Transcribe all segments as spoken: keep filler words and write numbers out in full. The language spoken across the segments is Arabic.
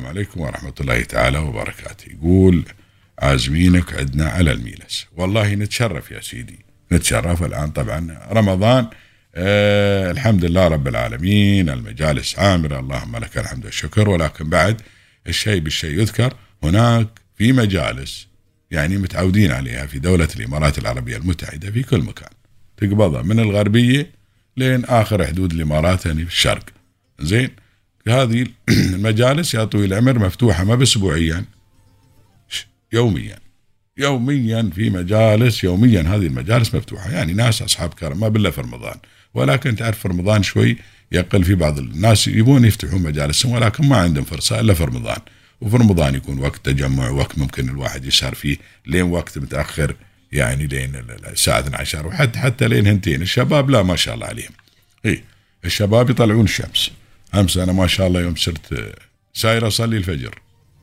عليكم ورحمة الله تعالى وبركاته. يقول عازمينك عندنا على الميلس. والله نتشرف يا سيدي، نتشرف. الآن طبعا رمضان، آه الحمد لله رب العالمين، المجالس عامرة اللهم لك الحمد والشكر، ولكن بعد الشيء بالشيء يذكر. هناك في مجالس يعني متعودين عليها في دولة الإمارات العربية المتحدة في كل مكان، تقبضها من الغربية لين آخر حدود الإمارات يعني في الشرق. زين، هذه المجالس يا طويل العمر مفتوحة ما بأسبوعيا، يوميا يوميا في مجالس، يوميا هذه المجالس مفتوحة. يعني ناس أصحاب كرم، ما بالله في رمضان، ولكن تعرف في رمضان شوي يقل، في بعض الناس يبون يفتحون مجالسهم ولكن ما عندهم فرصة إلا في رمضان. وفي رمضان يكون وقت تجمع، وقت ممكن الواحد يسهر فيه لين وقت متأخر، يعني لين الساعة اثنتي عشرة، وحتى حتى لين هنتين. الشباب لا ما شاء الله عليهم، إيه الشباب يطلعون الشمس. أمس أنا ما شاء الله يوم صرت ساير أصلي الفجر،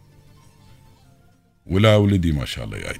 ولا ولدي ما شاء الله جاي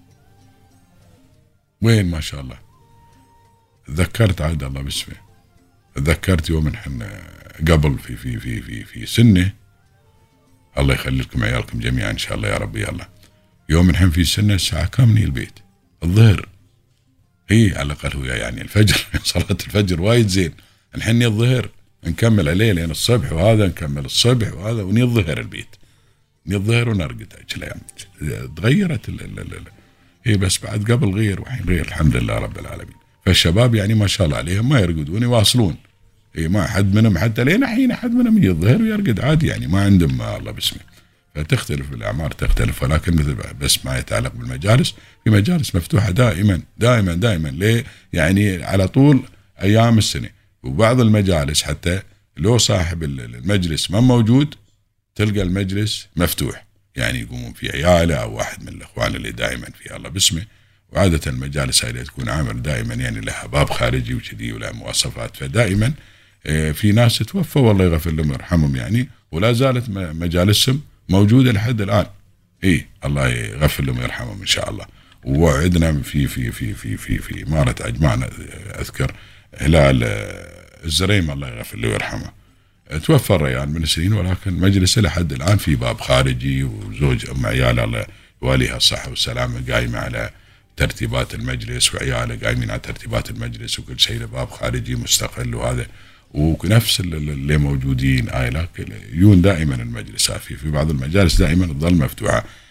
وين ما شاء الله. تذكرت عاد الله باسمه، تذكرت يوم نحن قبل في في في في في سنه، الله يخلي لكم عيالكم جميعا ان شاء الله يا رب. يلا يوم نحن في سنه الساعه كم نجي البيت؟ الظهر. هي على الاقل هو يعني الفجر صلاه الفجر وايد زين. نحن الظهر نكمل عليه لين الصبح، وهذا نكمل الصبح وهذا، وني الظهر البيت، ني الظهر ونرقد. اجل تغيرت ال ال ال هي بس بعد قبل غير وحين غير، الحمد لله رب العالمين. فالشباب يعني ما شاء الله عليهم ما يرقدون، يواصلون. اي ما حد منهم حتى لين حين حد منهم يجي الظهر ويرقد عادي، يعني ما عندهم ما الله باسمه. فتختلف الاعمار تختلف، ولكن مثل بس ما يتعلق بالمجالس، في مجالس مفتوحه دائما دائما دائما ليه يعني على طول ايام السنه. وبعض المجالس حتى لو صاحب المجلس ما موجود تلقى المجلس مفتوح، يعني يقومون في عياله او واحد من الاخوان اللي دائما في الله باسمه. وعاده المجالس هذه تكون عامر دائما يعني لها باب خارجي وكذي ولها مواصفات، فدائما في ناس توفوا والله يغفر لهم ويرحمهم يعني، ولا زالت مجالسهم موجوده لحد الان. اي الله يغفر لهم ويرحمهم ان شاء الله. ووعدنا في في في في في في اماره اجمعنا، اذكر هلال الزريم الله يغفر له ويرحمه، توفى الريان من سنين، ولكن مجلسه لحد الان في باب خارجي، وزوج ام عياله الله يواليها الصحه والسلامه قايمه على ترتيبات المجلس، وعياله قايمين على ترتيبات المجلس، وكل شيء له باب خارجي مستقل. وهذا ونفس اللي موجودين آي لك يون دائما المجلس في في بعض المجالس دائما تظل مفتوحه.